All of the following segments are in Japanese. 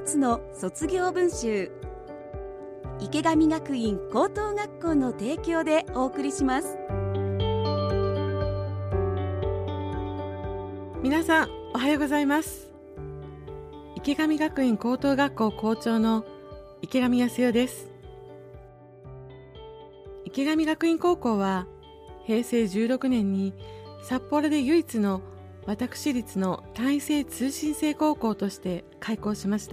つの卒業文集、池上学院高等学校の提供でお送りします。 皆さんおはようございます。池上学院高等学校校長の池上康代です。池上学院高校は平成16年に札幌で唯一の私立の単位制通信制高校として開校しました。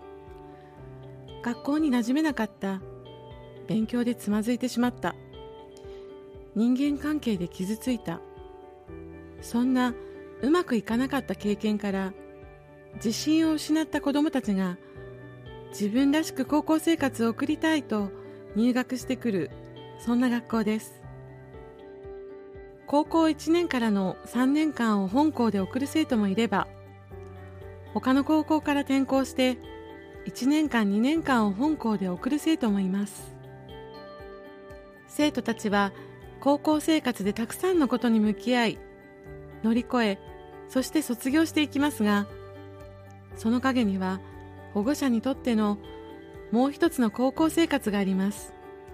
学校に馴染めなかった、勉強でつまずいてしまった、人間関係で傷ついた、そんなうまくいかなかった経験から自信を失った子どもたちが自分らしく高校生活を送りたいと入学してくる、そんな学校です。高校1年からの3年間を本校で送る生徒もいれば、他の高校から転校して1年間2年間を本校で送る生徒もいます。生徒たちは高校生活でたくさんのことに向き合い、乗り越え、そして卒業していきますが、その陰には保護者にとってのもう一つの高校生活があります。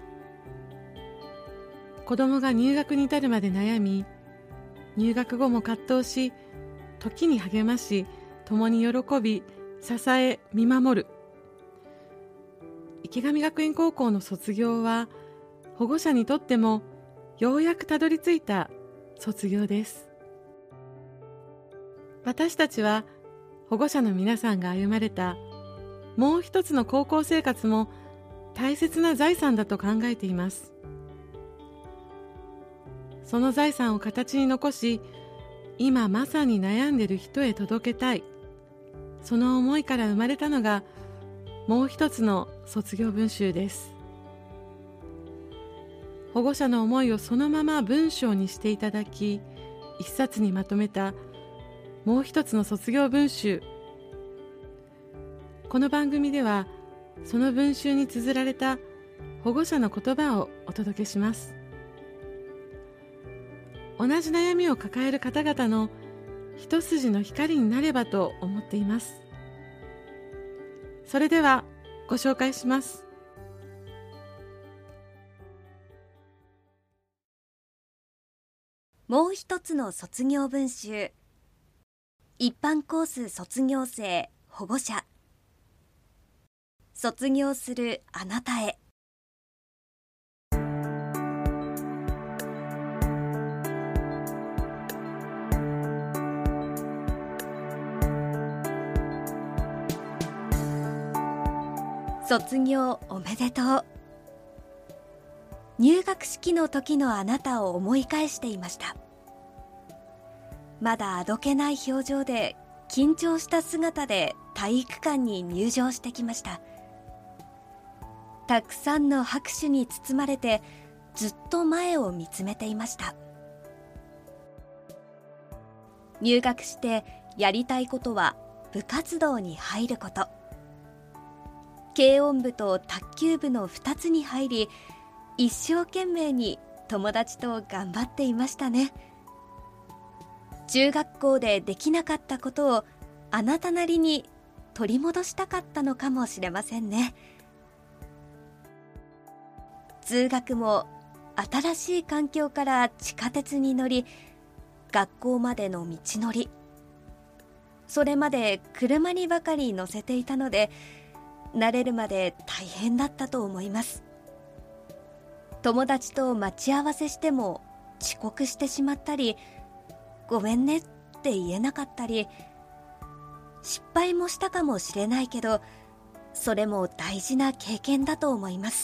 子供が入学に至るまで悩み、入学後も葛藤し、時に励まし、共に喜び、支え、見守る。池上学院高校の卒業は、保護者にとってもようやくたどり着いた卒業です。私たちは保護者の皆さんが歩まれたもう一つの高校生活も大切な財産だと考えています。その財産を形に残し、今まさに悩んでいる人へ届けたい、その思いから生まれたのがもう一つの卒業文集です。保護者の思いをそのまま文章にしていただき、一冊にまとめたもう一つの卒業文集。この番組ではその文集に綴られた保護者の言葉をお届けします。同じ悩みを抱える方々の一筋の光になればと思っています。それではご紹介します。 もう一つの卒業文集、一般コース卒業生保護者、卒業するあなたへ。卒業おめでとう。入学式の時のあなたを思い返していました。まだあどけない表情で緊張した姿で体育館に入場してきました。たくさんの拍手に包まれてずっと前を見つめていました。入学してやりたいことは部活動に入ること。軽音部と卓球部の2つに入り、一生懸命に友達と頑張っていましたね。中学校でできなかったことをあなたなりに取り戻したかったのかもしれませんね。通学も新しい環境から地下鉄に乗り、学校までの道のり。それまで車にばかり乗せていたので、慣れるまで大変だったと思います。友達と待ち合わせしても遅刻してしまったり、ごめんねって言えなかったり、失敗もしたかもしれないけど、それも大事な経験だと思います。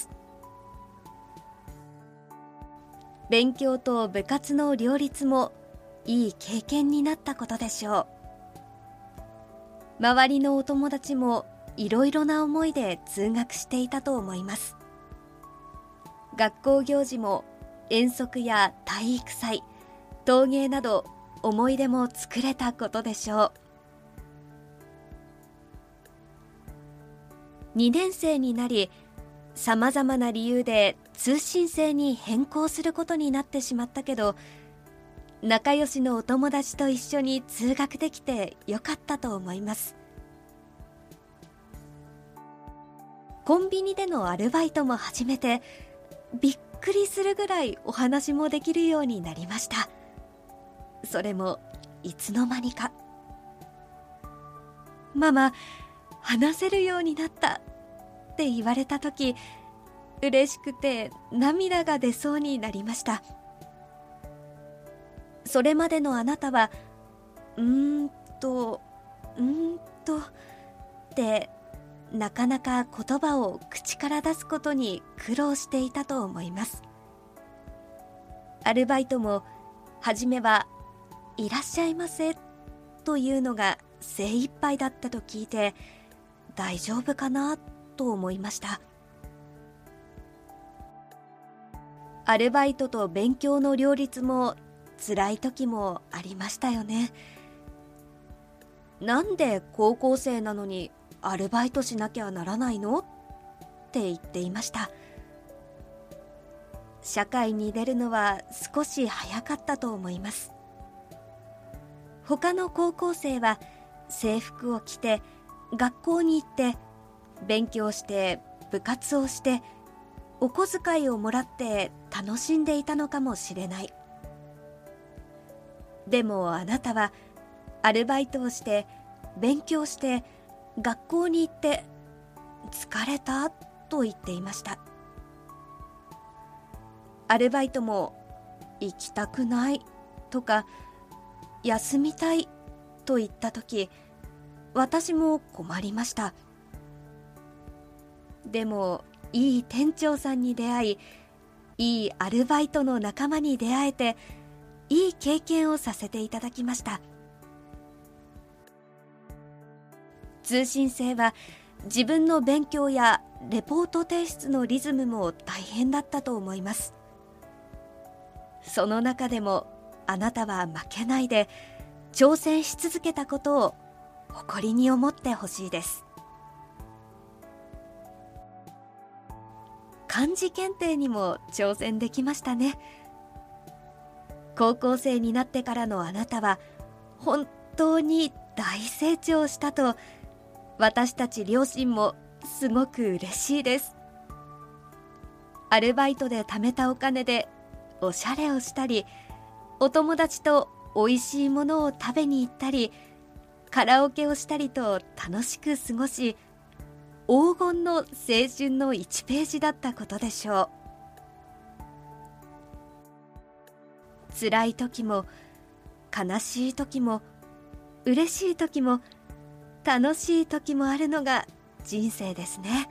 勉強と部活の両立もいい経験になったことでしょう。周りのお友達もいろいろな思いで通学していたと思います。学校行事も遠足や体育祭、陶芸など思い出も作れたことでしょう。2年生になり、さまざまな理由で通信制に変更することになってしまったけど、仲良しのお友達と一緒に通学できてよかったと思います。 コンビニでのアルバイトも始めて、びっくりするぐらいお話もできるようになりました。それもいつの間にか。ママ、話せるようになったって言われたとき、嬉しくて涙が出そうになりました。それまでのあなたはってなかなか言葉を口から出すことに苦労していたと思います。アルバイトも初めはいらっしゃいませというのが精一杯だったと聞いて、大丈夫かなと思いました。アルバイトと勉強の両立も辛い時もありましたよね。なんで高校生なのにアルバイトしなきゃならないのって言っていました。社会に出るのは少し早かったと思います。他の高校生は制服を着て学校に行って勉強して部活をしてお小遣いをもらって楽しんでいたのかもしれない。でもあなたはアルバイトをして勉強して学校に行って疲れたと言っていました。アルバイトも行きたくないとか休みたいと言ったとき、私も困りました。でもいい店長さんに出会い、いいアルバイトの仲間に出会えて、いい経験をさせていただきました。通信制は自分の勉強やレポート提出のリズムも大変だったと思います。その中でもあなたは負けないで挑戦し続けたことを誇りに思ってほしいです。漢字検定にも挑戦できましたね。高校生になってからのあなたは本当に大成長したと、私たち両親もすごく嬉しいです。アルバイトで貯めたお金でおしゃれをしたり、お友達とおいしいものを食べに行ったり、カラオケをしたりと楽しく過ごし、黄金の青春の1ページだったことでしょう。辛い時も悲しい時も嬉しい時も楽しい時もあるのが人生ですね。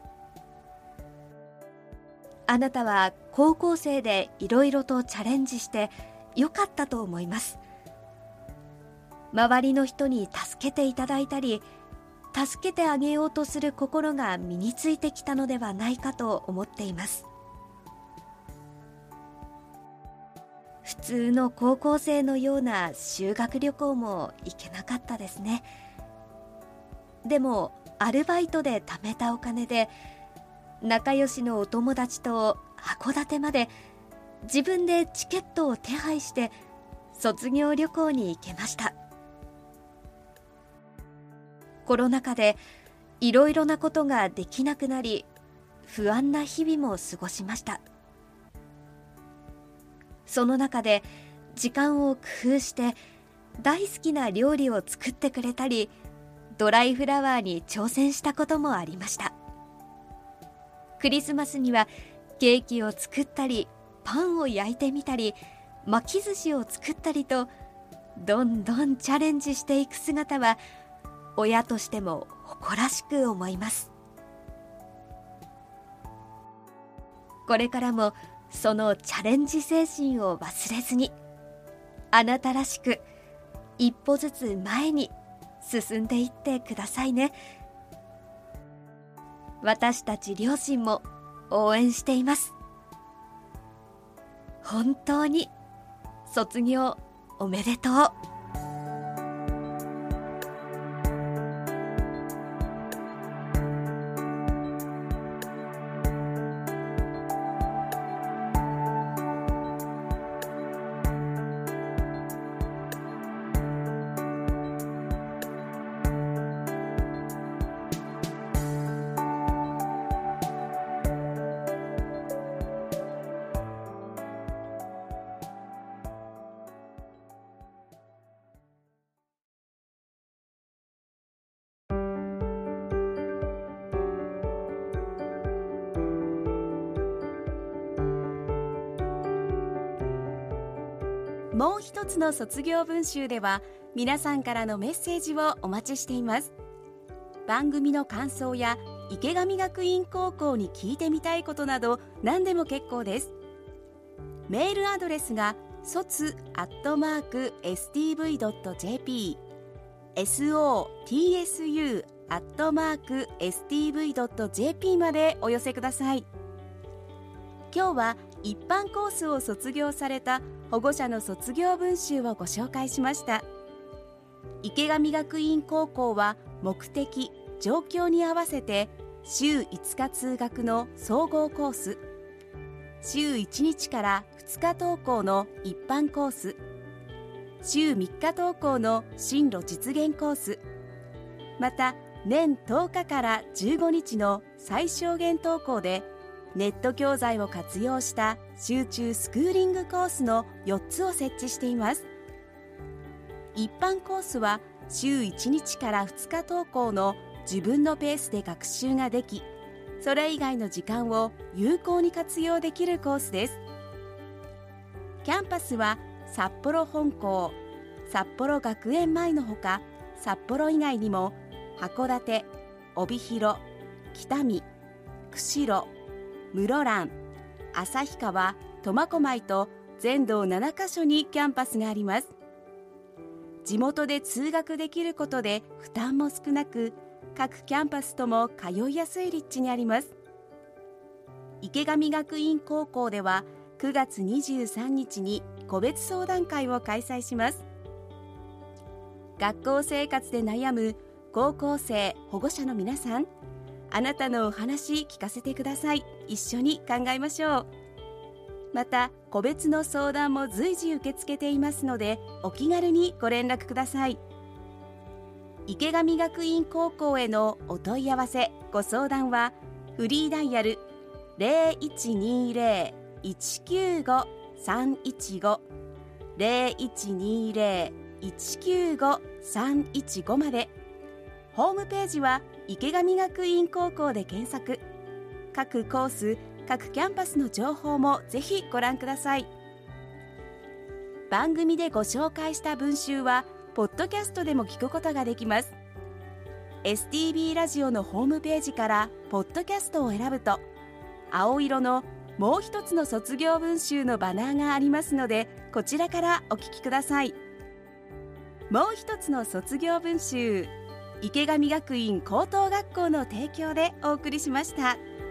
あなたは高校生でいろいろとチャレンジしてよかったと思います。周りの人に助けていただいたり、助けてあげようとする心が身についてきたのではないかと思っています。普通の高校生のような修学旅行も行けなかったですね。でもアルバイトで貯めたお金で仲良しのお友達と函館まで自分でチケットを手配して卒業旅行に行けました。コロナ禍でいろいろなことができなくなり、不安な日々も過ごしました。その中で時間を工夫して大好きな料理を作ってくれたり、ドライフラワーに挑戦したこともありました。クリスマスにはケーキを作ったり、パンを焼いてみたり、巻き寿司を作ったりと、どんどんチャレンジしていく姿は親としても誇らしく思います。これからもそのチャレンジ精神を忘れずに、あなたらしく一歩ずつ前に進んでいってくださいね。私たち両親も応援しています。本当に卒業おめでとう。 もう一つの卒業文集では皆さんからのメッセージをお待ちしています。番組の感想や池上学院高校に聞いてみたいことなど何でも結構です。メールアドレスがsots@stv.jp sotsu@stv.jp までお寄せください。今日は一般コースを卒業された保護者の卒業文集をご紹介しました。池上学院高校は目的・状況に合わせて週5日通学の総合コース、週1日から2日登校の一般コース、週3日登校の進路実現コース、また年10日から15日の最小限登校でネット教材を活用した集中スクーリングコースの4つを設置しています。一般コースは週1日から2日登校の自分のペースで学習ができ、それ以外の時間を有効に活用できるコースです。キャンパスは札幌本校、札幌学園前のほか、札幌以外にも函館、帯広、北見、釧路、室蘭、旭川、苫小牧と全道7カ所にキャンパスがあります。地元で通学できることで負担も少なく、各キャンパスとも通いやすい立地にあります。池上学院高校では9月23日に個別相談会を開催します。学校生活で悩む高校生保護者の皆さん、あなたのお話聞かせてください。一緒に考えましょう。また個別の相談も随時受け付けていますので、お気軽にご連絡ください。池上学院高校へのお問い合わせご相談はフリーダイヤル 0120-195-315 0120-195-315 まで。ホームページは池上学院高校で検索。各コース、各キャンパスの情報もぜひご覧ください。番組でご紹介した文集はポッドキャストでも聞くことができます。 STB ラジオのホームページからポッドキャストを選ぶと、青色のもう一つの卒業文集のバナーがありますので、こちらからお聞きください。もう一つの卒業文集、池上学院高等学校の提供でお送りしました。